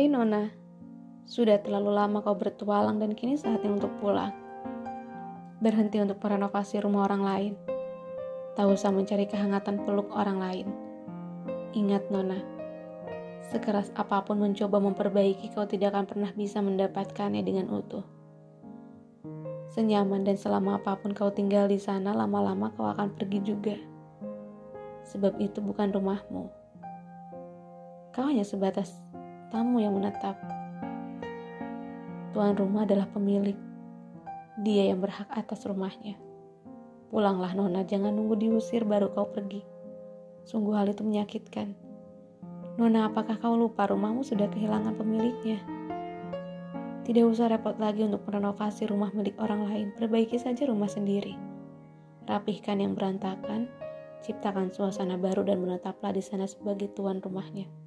Hai Nona, sudah terlalu lama kau bertualang dan kini saatnya untuk pulang. Berhenti untuk merenovasi rumah orang lain. Tak usah mencari kehangatan peluk orang lain. Ingat Nona, sekeras apapun mencoba memperbaiki, kau tidak akan pernah bisa mendapatkannya dengan utuh. Senyaman dan selama apapun kau tinggal di sana, lama-lama kau akan pergi juga. Sebab itu bukan rumahmu. Kau hanya sebatas tamu yang menetap. Tuan rumah adalah pemilik. Dia yang berhak atas rumahnya. Pulanglah Nona, jangan nunggu diusir baru kau pergi. Sungguh hal itu menyakitkan. Nona, apakah kau lupa rumahmu sudah kehilangan pemiliknya? Tidak usah repot lagi untuk merenovasi rumah milik orang lain. Perbaiki saja rumah sendiri. Rapihkan yang berantakan, ciptakan suasana baru dan menetaplah di sana sebagai tuan rumahnya.